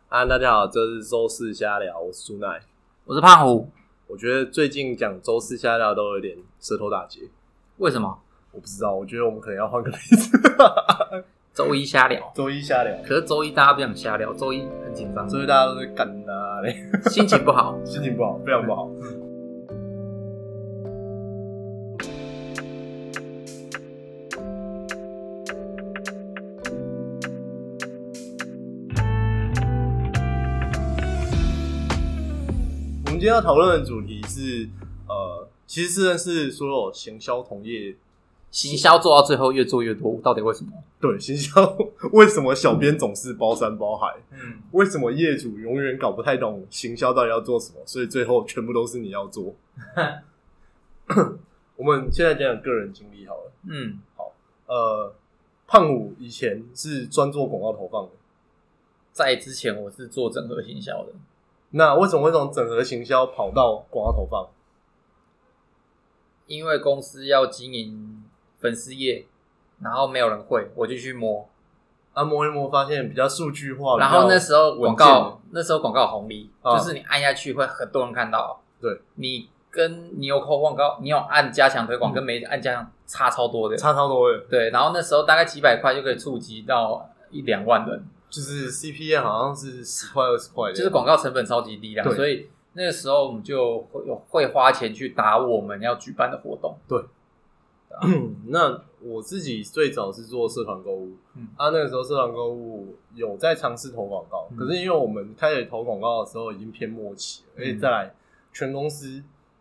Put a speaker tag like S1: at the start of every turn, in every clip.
S1: 大家好，这是周四瞎聊，我是苏奈，
S2: 我是胖虎。
S1: 我觉得最近讲周四瞎聊都有点舌头打结，
S2: 为什么？
S1: 我不知道，我觉得我们可能要换个名字。
S2: 周一瞎聊，
S1: 周一瞎聊，
S2: 可是周一大家不想瞎聊，周一很紧张，
S1: 所以大家都在干啊嘞，
S2: 心情不好，
S1: 心情不好，非常不好。我们今天要讨论的主题是，其实是所有行销同业，
S2: 行销做到最后越做越多，到底为什么？
S1: 对，行销为什么小编总是包山包海？为什么业主永远搞不太懂行销到底要做什么？所以最后全部都是你要做。我们现在讲讲个人经历好了。好，胖虎以前是专做广告投放的，
S2: 在之前我是做整合行销的。
S1: 那为什么会从整合行销跑到广告投放？
S2: 因为公司要经营粉丝页，然后没有人会，我就去摸。
S1: 摸一摸发现比较数据化，
S2: 然后那时候广告有红利，就是你按下去会很多人看到。
S1: 对，
S2: 你有扣广告，你有按加强推广，跟没按加强差超多的，
S1: 差超多的。
S2: 对，然后那时候大概几百块就可以触及到1-2万人。
S1: 就是 CPM 好像是10块20块的，
S2: 就是广告成本超级低啦，所以那个时候我们就会花钱去打我们要举办的活动。
S1: 对，那我自己最早是做社团购物，那个时候社团购物有在尝试投广告，可是因为我们开始投广告的时候已经偏末期了，而且再来全公司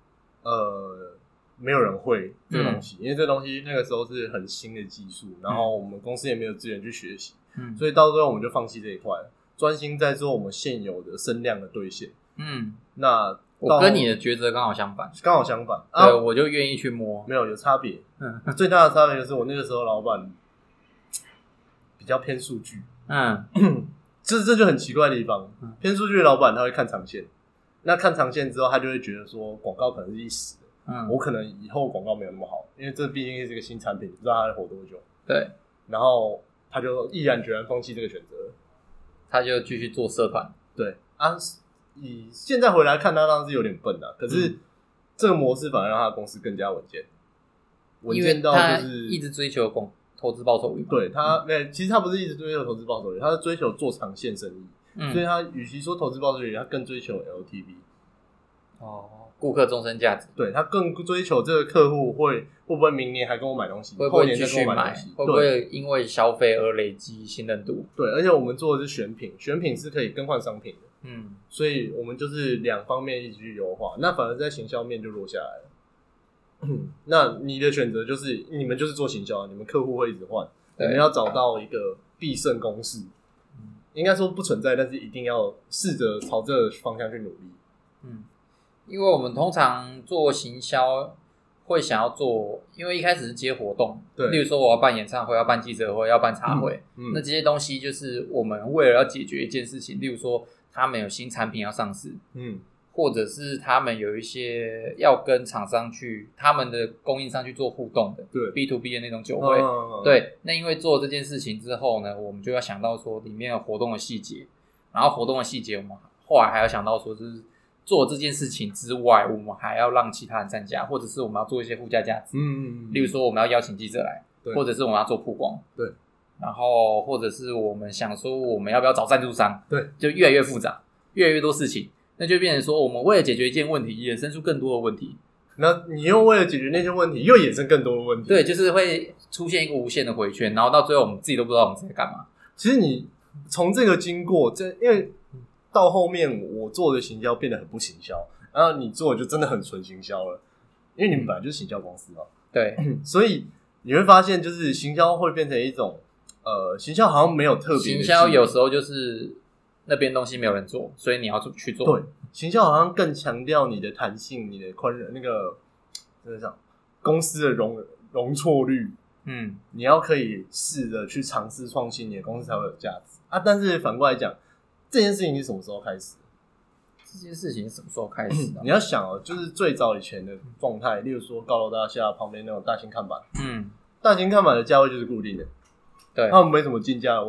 S1: 没有人会这个东西，因为这个东西那个时候是很新的技术，然后我们公司也没有资源去学习。所以到最后我们就放弃这一块了，专心在做我们现有的声量的兑现。那
S2: 我跟你的抉择刚好相反，
S1: 对，
S2: 我就愿意去摸，
S1: 没有差别。最大的差别就是我那个时候老板比较偏数据，这就很奇怪的地方。偏数据的老板他会看长线，那看长线之后，他就会觉得说广告可能是一时的，我可能以后广告没有那么好，因为这毕竟是一个新产品，不知道它会活多久。
S2: 对，
S1: 然后他就毅然决然放弃这个选择，
S2: 他就继续做社团。
S1: 对以现在回来看，他当然是有点笨啊，可是这个模式反而让他的公司更加稳健，稳健到就是
S2: 一直追求投资报酬率。
S1: 对他，其实他不是一直追求投资报酬率，他是追求做长线生意，所以他与其说投资报酬率，他更追求 LTV。
S2: 顾客终身价值。
S1: 对，他更追求这个客户会不会明年还跟我买东西，
S2: 会不会继续买，会不会因为消费而累积信任度。
S1: 对，而且我们做的是选品，选品是可以更换商品的，所以我们就是两方面一起去优化，那反而在行销面就落下来了。那你的选择就是你们就是做行销，你们客户会一直换，你们要找到一个必胜公式，应该说不存在，但是一定要试着朝这个方向去努力。
S2: 因为我们通常做行销会想要做，因为一开始是接活动，例如说我要办演唱会，要办记者会，要办茶会，那这些东西就是我们为了要解决一件事情，例如说他们有新产品要上市，或者是他们有一些要跟厂商去他们的供应商去做互动的，对 B2B 的那种酒会，对，那因为做这件事情之后呢，我们就要想到说里面有活动的细节，然后活动的细节我们后来还要想到说就是做这件事情之外，我们还要让其他人参加，或者是我们要做一些附加价值。例如说我们要邀请记者来，或者是我们要做曝光，对，然后或者是我们想说我们要不要找赞助商，对，就越来越复杂，越来越多事情，那就变成说我们为了解决一件问题，衍生出更多的问题。
S1: 那你又为了解决那些问题，又衍生更多的问题。
S2: 对，就是会出现一个无限的回圈，然后到最后我们自己都不知道我们在干嘛。
S1: 其实你从这个经过，因为到后面我做的行销变得很不行销，然后你做的就真的很纯行销了，因为你们本来就是行销公司嘛。对，所以你会发现就是行销会变成一种行销好像没有特别的
S2: 行销，有时候就是那边东西没有人做，所以你要去做。
S1: 对，行销好像更强调你的弹性，你的宽容，那个真的讲公司的容错率。你要可以试着去尝试创新，你的公司才会有价值啊。但是反过来讲，这件事情是什么时候开始？
S2: 这件事情是什么时候开始的？
S1: 你要想就是最早以前的状态，例如说高楼大厦旁边那种大型看板，大型看板的价位就是固定的，对，他们没什么竞价的问题。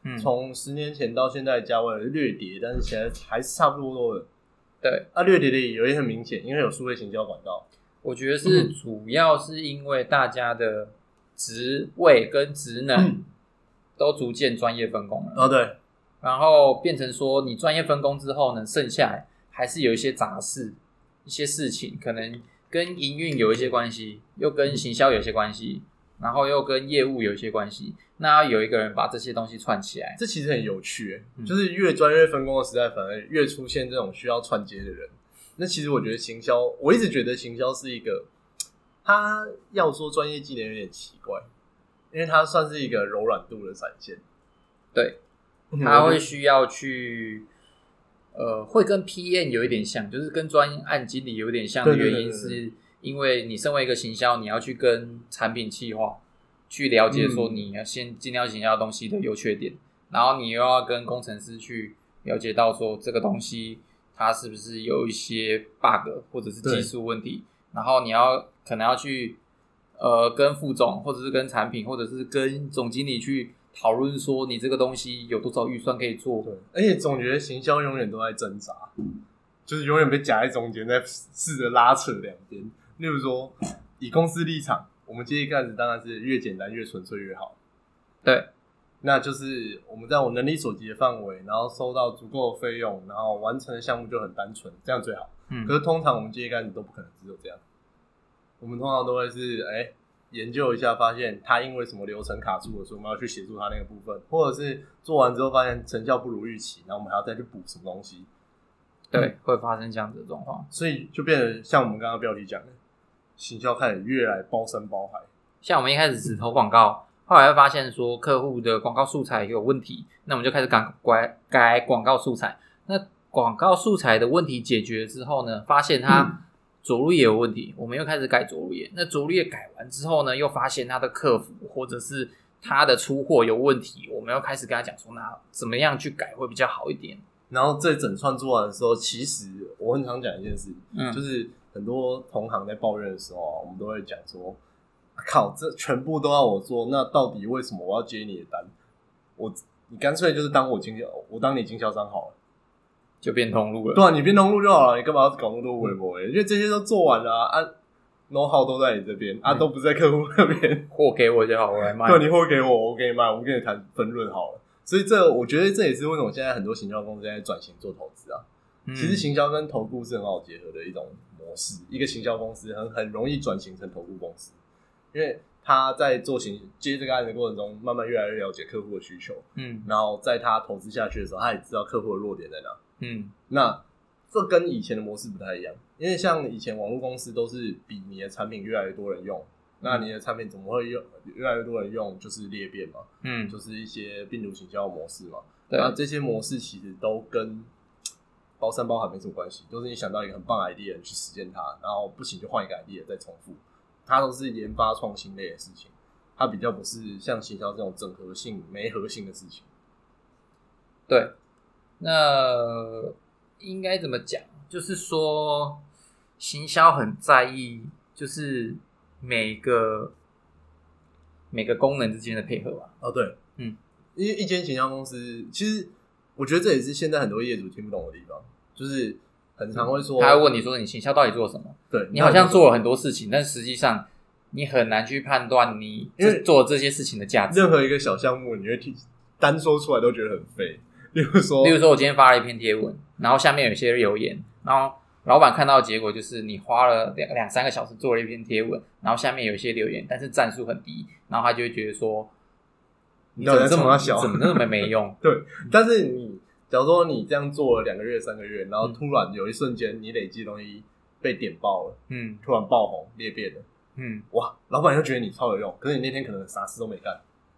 S1: 从10年前到现在价位略跌，但是现在还是差不多的。
S2: 对，
S1: 略跌的理由也很明显，因为有数位行销管道。
S2: 我觉得是主要是因为大家的职位跟职能都逐渐专业分工了。
S1: 对，
S2: 然后变成说你专业分工之后呢，剩下来还是有一些杂事，一些事情可能跟营运有一些关系，又跟行销有一些关系，然后又跟业务有一些关系。那有一个人把这些东西串起来，
S1: 这其实很有趣就是越专业分工的时代，反而越出现这种需要串接的人。那其实我觉得行销，我一直觉得行销是一个，他要说专业技能有点奇怪，因为它算是一个柔软度的展现。
S2: 对，他会需要去会跟 PM 有一点像，就是跟专案经理有点像的原因，是因为你身为一个行销，你要去跟产品企划去了解说你要先尽量行销的东西的优缺点，然后你又要跟工程师去了解到说这个东西它是不是有一些 bug 或者是技术问题，然后你可能要去跟副总或者是跟产品或者是跟总经理去讨论说你这个东西有多少预算可以做。
S1: 对，而且总觉得行销永远都在挣扎，就是永远被夹在中间，在试着拉扯两边。例如说，以公司立场，我们接一个案子当然是越简单越纯粹越好。
S2: 对，
S1: 那就是我们在我能力所及的范围，然后收到足够的费用，然后完成的项目就很单纯，这样最好。可是通常我们接一个案子都不可能只有这样，我们通常都会是研究一下，发现他因为什么流程卡住了，所以我们要去协助他那个部分，或者是做完之后发现成效不如预期，然后我们还要再去补什么东西。
S2: 对，会发生这样子的状况，
S1: 所以就变得像我们刚刚标题讲的，行销开始越来包山包海。
S2: 像我们一开始只投广告，后来会发现说客户的广告素材有问题，那我们就开始改广告素材。那广告素材的问题解决之后呢，发现它着陆页有问题，我们又开始改着陆页。那着陆页改完之后呢，又发现它的客服或者是它的出货有问题，我们又开始跟他讲说，那怎么样去改会比较好一点。
S1: 然后这整串做完的时候，其实我很常讲一件事，就是很多同行在抱怨的时候我们都会讲说，靠，这全部都要我做，那到底为什么我要接你的单？你干脆就是当我当你经销商好了，
S2: 就变通路了。
S1: 对啊，你变通路就好了，你干嘛要搞那么多微博？因为这些都做完了know how 都在你这边都不在客户那边，
S2: 货给我就好，我来卖。
S1: 对，你货给我，我给你卖，我们跟你谈分润好了。所以我觉得这也是为什么现在很多行销公司在转型做投资啊。其实行销跟投顾是很好结合的一种模式，一个行销公司很容易转型成投顾公司，因为他在接这个案的过程中，慢慢越来越了解客户的需求，然后在他投资下去的时候，他也知道客户的弱点在哪，那这跟以前的模式不太一样，因为像以前网络公司都是比你的产品越来越多人用，那你的产品怎么会越来越多人用？就是裂变嘛，就是一些病毒行销模式嘛，那这些模式其实都跟包山包海没什么关系，都是你想到一个很棒的 idea 去实践它，然后不行就换一个 idea 再重复，它都是研发创新类的事情，它比较不是像行销这种整合性没核心的事情。
S2: 对，那应该怎么讲？就是说行销很在意就是每个功能之间的配合吧。
S1: 对，因为一间行销公司，其实我觉得这也是现在很多业主听不懂的地方，就是很常会说，
S2: 他会问你说你行销到底做什么？
S1: 对，
S2: 你好像做了很多事情，但实际上你很难去判断你做这些事情的价值。
S1: 任何一个小项目，你会单说出来都觉得很废。例如说
S2: 我今天发了一篇贴文，然后下面有一些留言，然后老板看到的结果就是你花了2-3个小时做了一篇贴文，然后下面有一些留言，但是赞数很低，然后他就会觉得说
S1: 你怎么这么小，
S2: 怎么那么没用？
S1: 对，但是假如说你这样做了2个月、3个月，然后突然有一瞬间你累积的东西被点爆了，突然爆红裂变了，哇，老板就觉得你超有用，可是你那天可能啥事都没干。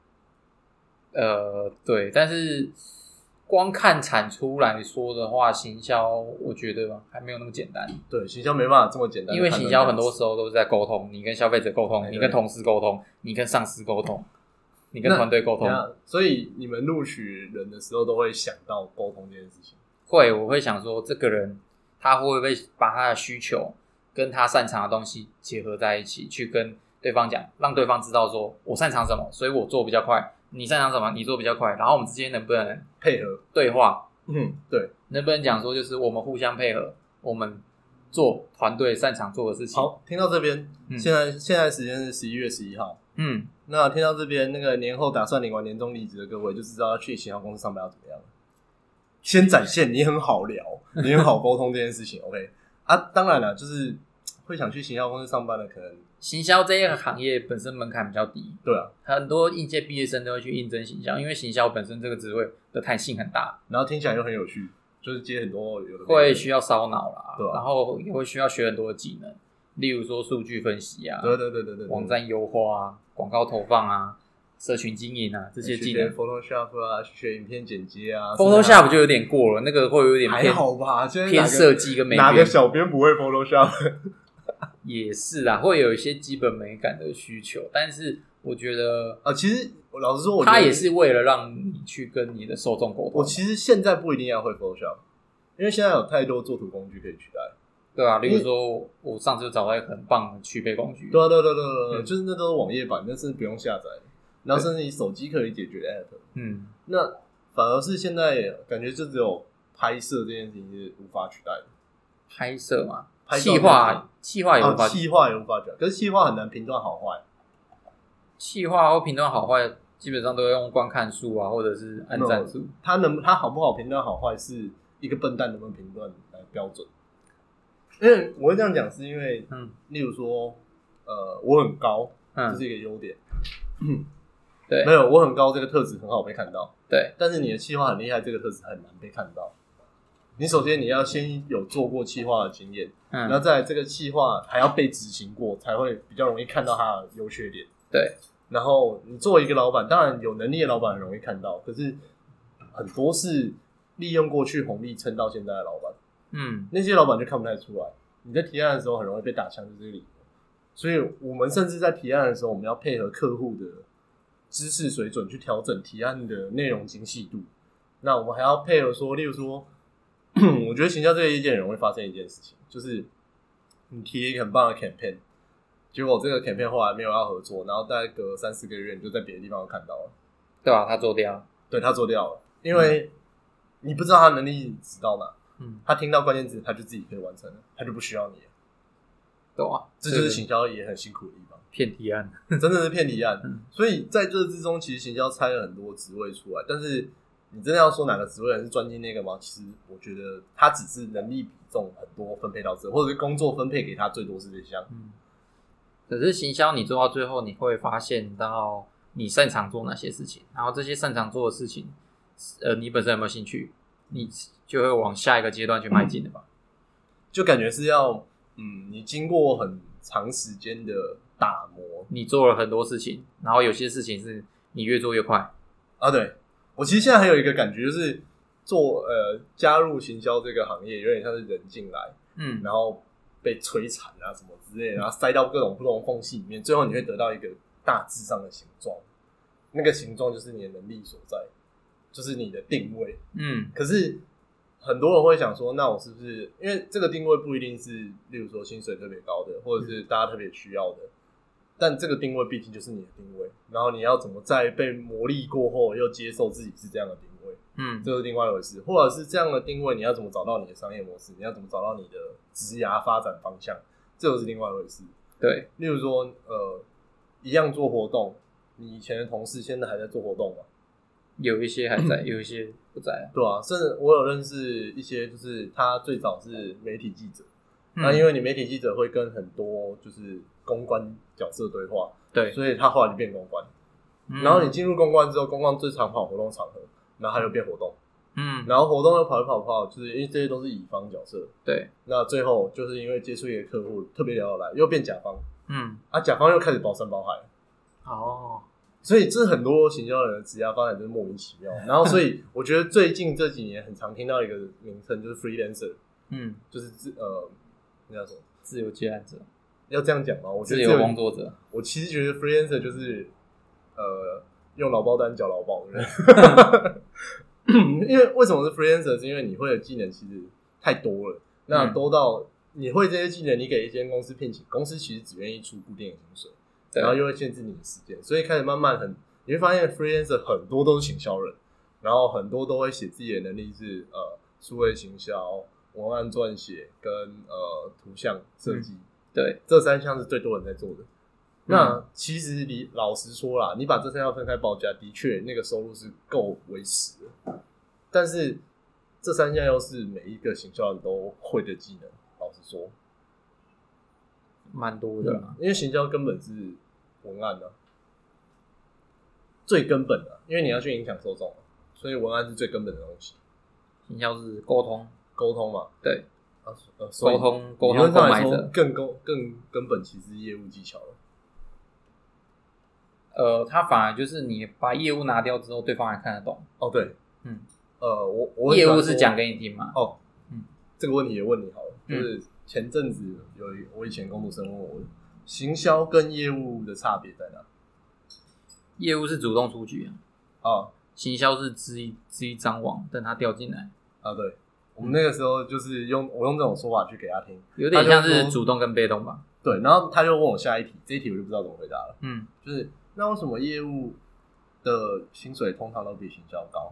S2: 对，但是光看产出来说的话，行销我觉得还没有那么简单。
S1: 对，行销没办法这么简单，
S2: 因为行销很多时候都是在沟通，你跟消费者沟通，你跟同事沟通，你跟上司沟通，你跟团队沟通。
S1: 所以你们录取人的时候都会想到沟通这件事情？
S2: 我会想说，这个人他会不会把他的需求跟他擅长的东西结合在一起，去跟对方讲，让对方知道说我擅长什么，所以我做比较快， 你擅长什么，你做比较快，然后我们之间能不能
S1: 配合
S2: 对话？
S1: 对，
S2: 能不能讲说就是我们互相配合，我们做团队擅长做的事情。
S1: 好，听到这边，现在时间是11月11号。那听到这边，那个年后打算领完年终离职的各位，就知道要去行销公司上班要怎么样了。先展现你很好聊，你很好沟通这件事情。OK 啊，当然了，就是会想去行销公司上班的，可能
S2: 行销这一个行业本身门槛比较低。
S1: 对啊，
S2: 很多应届毕业生都会去应征行销，因为行销本身这个职位的弹性很大，
S1: 然后听起来又很有趣，就是接很多有的
S2: 会需要烧脑啦，
S1: 对啊，
S2: 然后也会需要学很多的技能，例如说数据分析啊，
S1: 对，
S2: 网站优化啊，广告投放啊，社群经营啊，这些技能
S1: ，Photoshop 啊，学影片剪接啊
S2: ，Photoshop 就有点过了，那个会有点偏
S1: 还好吧，
S2: 偏设计跟美编，
S1: 哪个小编不会 Photoshop？
S2: 也是啦，会有一些基本美感的需求，但是我觉得
S1: 其实老实说，
S2: 它也是为了让你去跟你的受众沟通。
S1: 我其实现在不一定要会 Photoshop， 因为现在有太多作图工具可以取代。
S2: 对啊，例如说我上次就找到一个很棒的去背工具。
S1: 对，就是那都是网页版，但是不用下载，然后甚至你手机可以解决 App。那反而是现在感觉就只有拍摄这件事情是无法取代的。
S2: 拍摄嘛，企划也无法，
S1: 企划也无法取代，可是企划很难评断好坏。
S2: 企划或评断好坏，基本上都要用观看数啊，或者是按赞数。
S1: 他好不好评断好坏，是一个笨蛋能不能评断来标准。因为我会这样讲，是因为，例如说，我很高，这是一个优点。
S2: 对，
S1: 没有我很高这个特质很好被看到。
S2: 对，
S1: 但是你的企划很厉害，这个特质很难被看到。你首先你要先有做过企划的经验，然后再来这个企划还要被执行过，才会比较容易看到它的优缺点。
S2: 对，
S1: 然后你作为一个老板，当然有能力的老板很容易看到，可是很多是利用过去红利撑到现在的老板。那些老板就看不太出来，你在提案的时候很容易被打枪，就是这个理由。所以我们甚至在提案的时候，我们要配合客户的知识水准去调整提案的内容精细度。那我们还要配合说，例如说，我觉得行销这个意见很容易发生一件事情，就是你提了一个很棒的 campaign， 结果这个 campaign 后来没有要合作，然后大概隔3-4个月，你就在别的地方看到了。
S2: 对啊，他做掉了。对，
S1: 他做掉了，因为你不知道他能力值到哪。他听到关键字，他就自己可以完成了，他就不需要你了。
S2: 对啊，
S1: 这就是行销也很辛苦的地方，
S2: 骗提案，
S1: 真的是骗提案。所以在这之中，其实行销拆了很多职位出来，但是你真的要说哪个职位是专精那个吗？其实我觉得他只是能力比重很多分配到这，或者是工作分配给他最多是这项。
S2: 可是行销你做到最后，你会发现到你擅长做哪些事情，然后这些擅长做的事情，你本身有没有兴趣？你就会往下一个阶段去迈进的吧，
S1: 就感觉是要，你经过很长时间的打磨，
S2: 你做了很多事情，然后有些事情是你越做越快
S1: 啊。对，我其实现在还有一个感觉，就是加入行销这个行业，有点像是人进来，然后被摧残啊什么之类的，然后塞到各种不同的缝隙里面，最后你会得到一个大致上的形状，那个形状就是你的能力所在。就是你的定位，可是很多人会想说，那我是不是因为这个定位不一定是，例如说薪水特别高的，或者是大家特别需要的，但这个定位毕竟就是你的定位，然后你要怎么在被磨砺过后又接受自己是这样的定位，这是另外一回事，或者是这样的定位，你要怎么找到你的商业模式，你要怎么找到你的职涯发展方向，这又是另外一回事。
S2: 对，
S1: 例如说，一样做活动，你以前的同事现在还在做活动吗？
S2: 有一些还在，有一些不在。
S1: 对啊，甚至我有认识一些，就是他最早是媒体记者，那因为你媒体记者会跟很多就是公关角色对话，
S2: 对，
S1: 所以他后来就变公关。然后你进入公关之后，公关最常跑活动场合，然后他又变活动，然后活动又跑，就是因为这些都是乙方角色，
S2: 对。
S1: 那最后就是因为接触一个客户特别聊得来，又变甲方，甲方又开始包山包海。
S2: 哦。
S1: 所以这很多行销人的职业发展就是莫名其妙，然后所以我觉得最近这几年很常听到一个名称就是 freelancer，就是那叫什么
S2: 自由接案者，
S1: 要这样讲吗？我觉得
S2: 自由工作者。
S1: 我其实觉得 freelancer 就是用劳保单缴劳保的人，因为为什么是 freelancer？ 是因为你会的技能其实太多了，那多到你会这些技能，你给一间公司聘请，公司其实只愿意出固定的薪水。然后又会限制你的时间，所以开始慢慢你会发现 freelancer 很多都是行销人，然后很多都会写自己的能力是数位行销、文案撰写跟图像设计，
S2: 对，
S1: 这3项是最多人在做的。那其实你老实说啦，你把这3项分开报价，的确那个收入是够维持的，但是这3项又是每一个行销人都会的技能，老实说
S2: 蛮多的啦，
S1: 因为行销根本是文案啊，最根本的，因为你要去影响受众，所以文案是最根本的东西。
S2: 行销是沟通嘛，对，沟通购买者
S1: 更根本其实是业务技巧了。
S2: 它反而就是你把业务拿掉之后，对方还看得懂。
S1: 哦，对，
S2: 我业务是讲给你听嘛。
S1: 哦，这个问题也问你好了，就是前阵子我以前工读生问我，行销跟业务的差别在哪？
S2: 业务是主动出局
S1: 啊，
S2: 行销是织一张网，等它掉进来
S1: 啊。对，我们那个时候就是我用这种说法去给他听，
S2: 有点像是主动跟被动吧。
S1: 对，然后他就问我下一题，这一题我就不知道怎么回答了。就是那为什么业务的薪水通常都比行销高？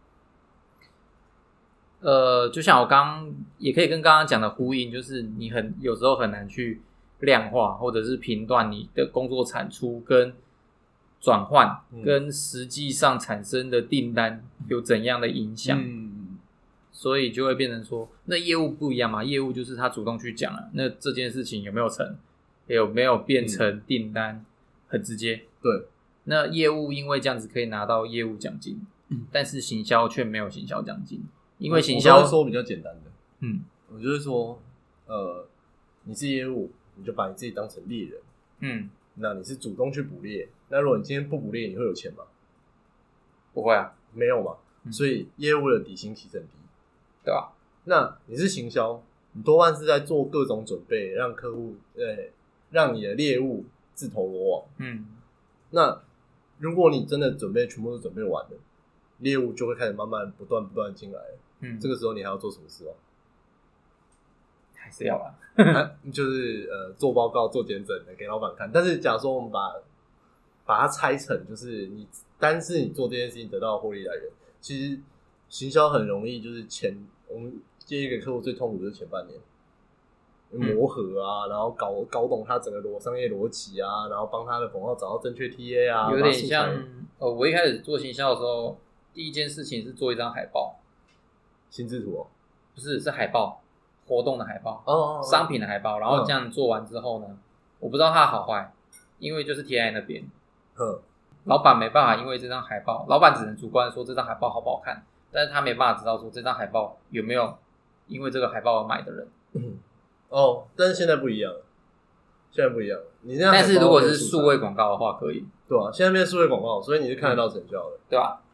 S2: 就像我也可以跟刚刚讲的呼应，就是你有时候很难去量化或者是评断你的工作产出跟转换跟实际上产生的订单有怎样的影响，所以就会变成说，那业务不一样嘛，业务就是他主动去讲了，那这件事情有没有成，有没有变成订单，很直接。
S1: 对，
S2: 那业务因为这样子可以拿到业务奖金，但是行销却没有行销奖金，因为行销
S1: 我会说比较简单的，我就是说，你是业务，你就把你自己当成猎人，那你是主动去捕猎，那如果你今天不捕猎，你会有钱吗？
S2: 不会啊，
S1: 没有嘛，所以业务的底薪其实很低，
S2: 对吧？
S1: 那你是行销，你多半是在做各种准备，让客户让你的猎物自投罗网，那如果你真的全部都准备完了，猎物就会开始慢慢不断进来了，这个时候你还要做什么事吗？
S2: 还是要啊，
S1: 就是做报告做检诊的给老板看。但是假如说我们把它拆成，就是单是你做这件事情得到的获利来源，其实行销很容易就是我们接一个客户最痛苦的是前半年磨合啊，然后搞懂他整个商业逻辑啊，然后帮他的广告找到正确 TA 啊，
S2: 有点像我一开始做行销的时候，第一件事情是做一张海报，
S1: 心智图
S2: 不是，是海报，活动的海报，商品的海报，然后这样做完之后呢，我不知道它的好坏，因为就是贴在那边，老板没办法，因为这张海报，老板只能主观说这张海报好不好看，但是他没办法知道说这张海报有没有因为这个海报而买的人。
S1: 但是现在不一样了，你那
S2: 但是如果是数位广告的话，可以，
S1: 对啊，现在变数位广告，所以你是看得到成效的，
S2: 对吧？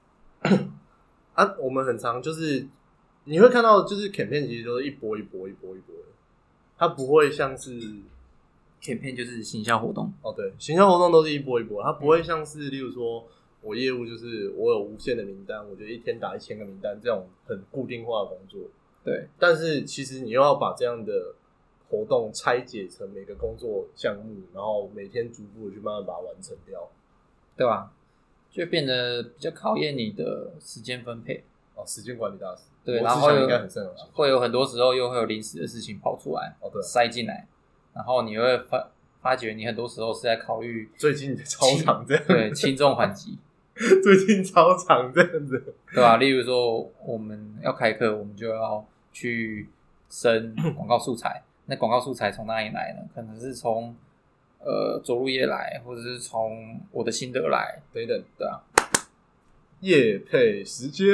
S1: 我们很常就是你会看到，就是 campaign 其实都是一波的，它不会像是
S2: campaign 就是行销活动。
S1: 对，行销活动都是一波，它不会像是例如说我业务就是我有无限的名单，我就一天打1000个名单这种很固定化的工作。
S2: 对，
S1: 但是其实你又要把这样的活动拆解成每个工作项目，然后每天逐步的去慢慢把它完成掉，
S2: 对吧？就变得比较考验你的时间分配。
S1: 时间管理大师。
S2: 对，然后
S1: 应该很擅长，
S2: 会有很多时候又会有临时的事情跑出来，
S1: 对，
S2: 塞进来，然后你会发觉你很多时候是在考虑
S1: 最近的超长这样，
S2: 对，轻重缓急。
S1: 最近超长这样子，
S2: 对吧？例如说我们要开课，我们就要去生广告素材，那广告素材从哪里来呢？可能是从着陆页来，或者是从我的心得来
S1: 等等，
S2: 对啊。
S1: 业配时间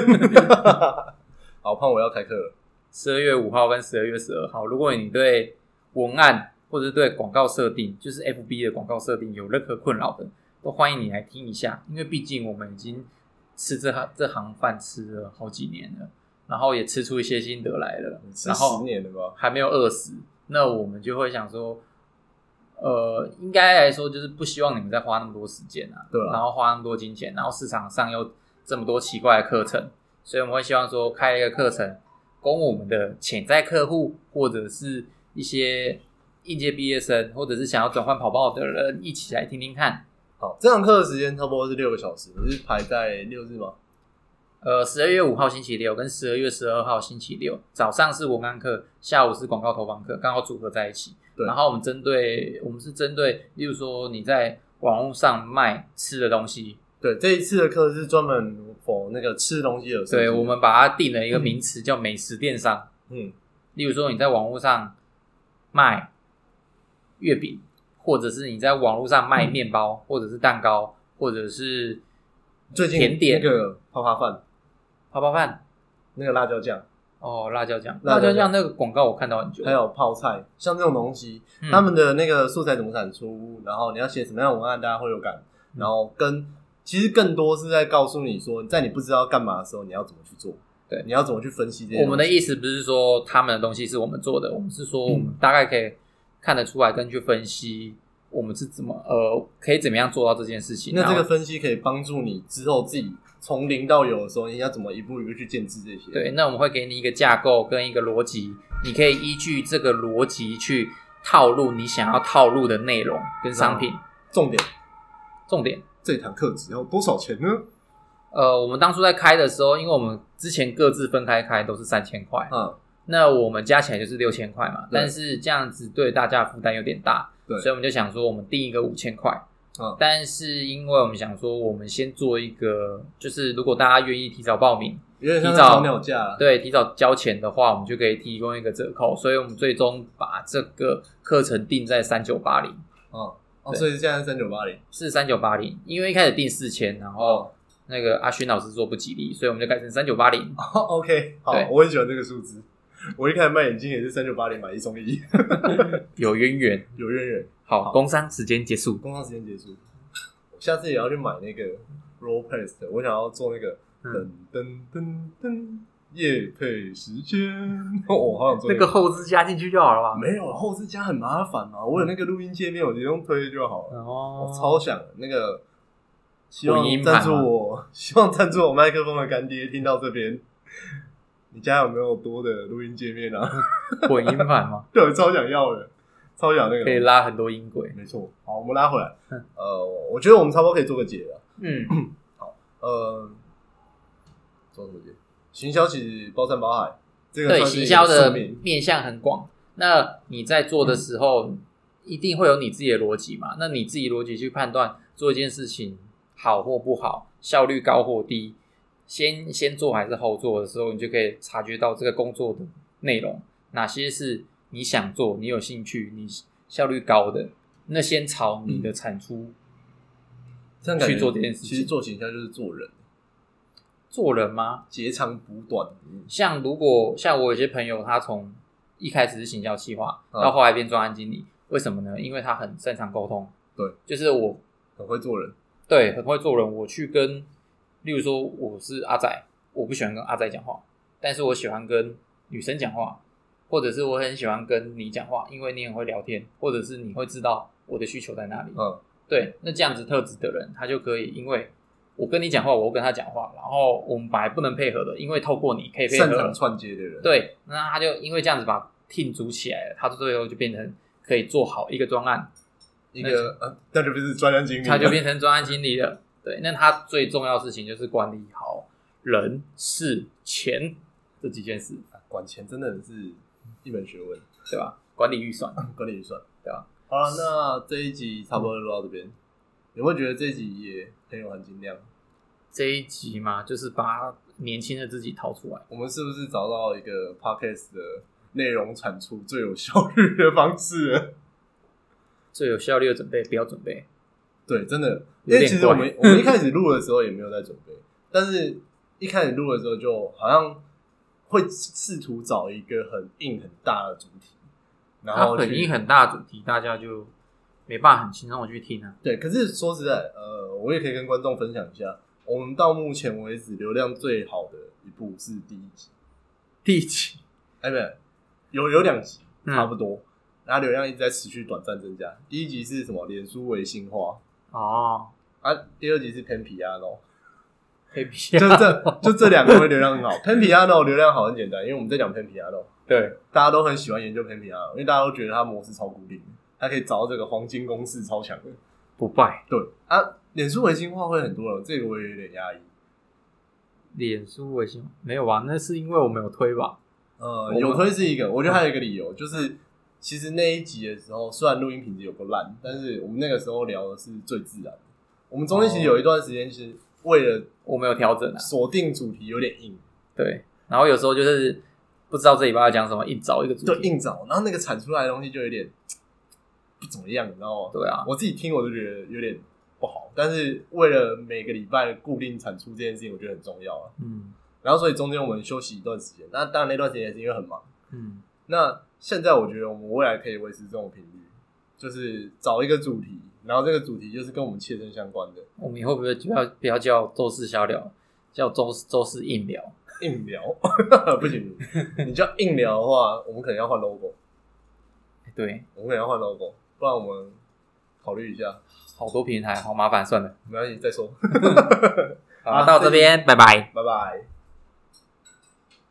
S1: 好胖，我要开课了。
S2: 12月5号跟12月12号，如果你对文案或者是对广告设定，就是 FB 的广告设定有任何困扰的，都欢迎你来听一下，因为毕竟我们已经吃这行饭吃了好几年了，然后也吃出一些心得来了，
S1: 然后10年了吧，
S2: 还没有饿死，那我们就会想说应该来说就是不希望你们再花那么多时间啊，
S1: 对啊，
S2: 然后花那么多金钱，然后市场上又这么多奇怪的课程，所以我们会希望说开一个课程供我们的潜在客户或者是一些应届毕业生或者是想要转换跑道的人一起来听听看，
S1: 好，这堂课的时间差不多是6个小时，你是排在6日吗
S2: ？12月5号星期六跟12月12号星期六，早上是文案课，下午是广告投放课，刚好组合在一起。然后我们是针对，例如说你在网络上卖吃的东西。
S1: 对，这一次的课是专门 for 那个吃东西的设计。
S2: 对，我们把它定了一个名词叫美食电商。例如说你在网络上卖月饼，或者是你在网络上卖面包，或者是蛋糕，或者是
S1: 最近
S2: 甜点，
S1: 那个泡泡饭，那个辣椒酱。
S2: 辣椒酱那个广告我看到很久。
S1: 还有泡菜，像这种东西，他们的那个素材怎么产出，然后你要写什么样的文案，大家会有感，然后其实更多是在告诉你说，在你不知道干嘛的时候，你要怎么去做。对，你要怎么去分析这些东西。
S2: 我们的意思不是说他们的东西是我们做的，我们是说我们大概可以看得出来跟去分析我们是怎么可以怎么样做到这件事情。
S1: 那这个分析可以帮助你之后自己从零到有的时候，你要怎么一步一步去建制这些。
S2: 对，那我们会给你一个架构跟一个逻辑，你可以依据这个逻辑去套路你想要套路的内容跟商品。
S1: 重点，这堂课只要多少钱呢？
S2: 我们当初在开的时候，因为我们之前各自分开都是3000块，那我们加起来就是6000块嘛，但是这样子对大家负担有点大，所以我们就想说我们定一个5000块，但是因为我们想说我们先做一个，就是如果大家愿意提早报名，
S1: 提早鸟价，
S2: 对，提早交钱的话，我们就可以提供一个折扣，所以我们最终把这个课程定在3980。
S1: 所以现在是3980，
S2: 是3980，因为一开始定4000，然后那个阿勋老师说不吉利，所以我们就改成3980。
S1: OK， 好，我很喜欢这个数字。我一开始卖眼镜也是3980买1送1，
S2: 有渊源。好，工商时间结束。
S1: 我下次也要去买那个 Roll Press 的，我想要做那个噔噔噔噔业配时间。我好想做
S2: 那个后置加进去就好了吧？
S1: 没有后置加很麻烦嘛，我有那个录音界面，我直接用推就好了。我超想那个。希望赞助我麦克风的干爹听到这边，你家有没有多的录音界面啊？
S2: 混音盘吗？
S1: 对，我超想要的，超想那个
S2: 可以拉很多音轨。
S1: 没错，好，我们拉回来。我觉得我们差不多可以做个结了。好，做什么结？行销其实包山包海，这个
S2: 对行销的面向很广。那你在做的时候，一定会有你自己的逻辑嘛？那你自己逻辑去判断做一件事情好或不好，效率高或低，先做还是后做的时候，你就可以察觉到这个工作的内容哪些是你想做、你有兴趣、你效率高的，那先朝你的产出去做这件事情。
S1: 其实做行销就是
S2: 做人吗？
S1: 截长补短。
S2: 像我有些朋友，他从一开始是行销企划，到后来变专案经理，为什么呢？因为他很擅长沟通。
S1: 对，
S2: 就是我
S1: 很会做人。
S2: 对，很会做人。我去跟，例如说我是阿仔，我不喜欢跟阿仔讲话，但是我喜欢跟女生讲话，或者是我很喜欢跟你讲话，因为你很会聊天，或者是你会知道我的需求在哪里。对，那这样子特质的人，他就可以，因为我跟你讲话，我跟他讲话，然后我们本来不能配合的，因为透过你可以配合。
S1: 擅长串接的人。
S2: 对，那他就因为这样子把 team 组起来了，他最后就变成可以做好一个专案。
S1: 那就不是专案经理，
S2: 他就变成专案经理了。对，那他最重要的事情就是管理好人事钱这几件事。
S1: 管钱真的是一门学问，
S2: 对吧？管理预算，
S1: 对吧？好了，那这一集差不多就到这边。有没有觉得这一集也很有含金量？
S2: 这一集嘛，就是把年轻的自己掏出来。
S1: 我们是不是找到一个 podcast 的内容产出最有效率的方式了？
S2: 最有效率的准备，不要准备。
S1: 对，真的，因为其实我们一开始录的时候也没有在准备，但是一开始录的时候就好像会试图找一个很硬很大的主题，然后
S2: 很硬很大的主题，大家就没办法很轻松的去听啊。
S1: 对，可是说实在，我也可以跟观众分享一下，我们到目前为止流量最好的一部是第一集。
S2: 第一集？
S1: 有2集差不多。然后流量一直在持续短暂增加。第一集是什么？脸书微信化第二集是 Penpiano， 就这2个会流量很好。Penpiano 流量好很简单，因为我们在讲 Penpiano，
S2: 对，
S1: 大家都很喜欢研究 Penpiano， 因为大家都觉得它模式超固定，它可以找到这个黄金公式超强的。
S2: 不败。
S1: 对啊，脸书微信化会很多人，这个我也有点压抑。
S2: 脸书微信没有吧？那是因为我们有推吧？
S1: 有推是一个，我觉得还有一个理由就是，其实那一集的时候，虽然录音品质有够烂，但是我们那个时候聊的是最自然的。我们中间其实有一段时间是为了
S2: 我们有调整
S1: 锁定主题有点硬，
S2: 对，然后有时候就是不知道这礼拜要讲什么，硬找一个主题，
S1: 对，硬找，然后那个产出来的东西就有点不怎么样，你知道吗？
S2: 对啊，
S1: 我自己听我就觉得有点不好，但是为了每个礼拜固定产出这件事情，我觉得很重要啊。然后所以中间我们休息一段时间，那当然那段时间也是因为很忙。那现在我觉得我们未来可以维持这种频率，就是找一个主题，然后这个主题就是跟我们切身相关的。
S2: 我们以后不要叫周四瞎聊，叫周四硬聊。
S1: 硬聊不行，你叫硬聊的话，我们可能要换 logo。
S2: 对，
S1: 我们可能要换 logo， 不然我们考虑一下。
S2: 好多平台，好麻烦，算了，
S1: 没关系，再说。
S2: 好，到这边，拜拜，
S1: 拜拜。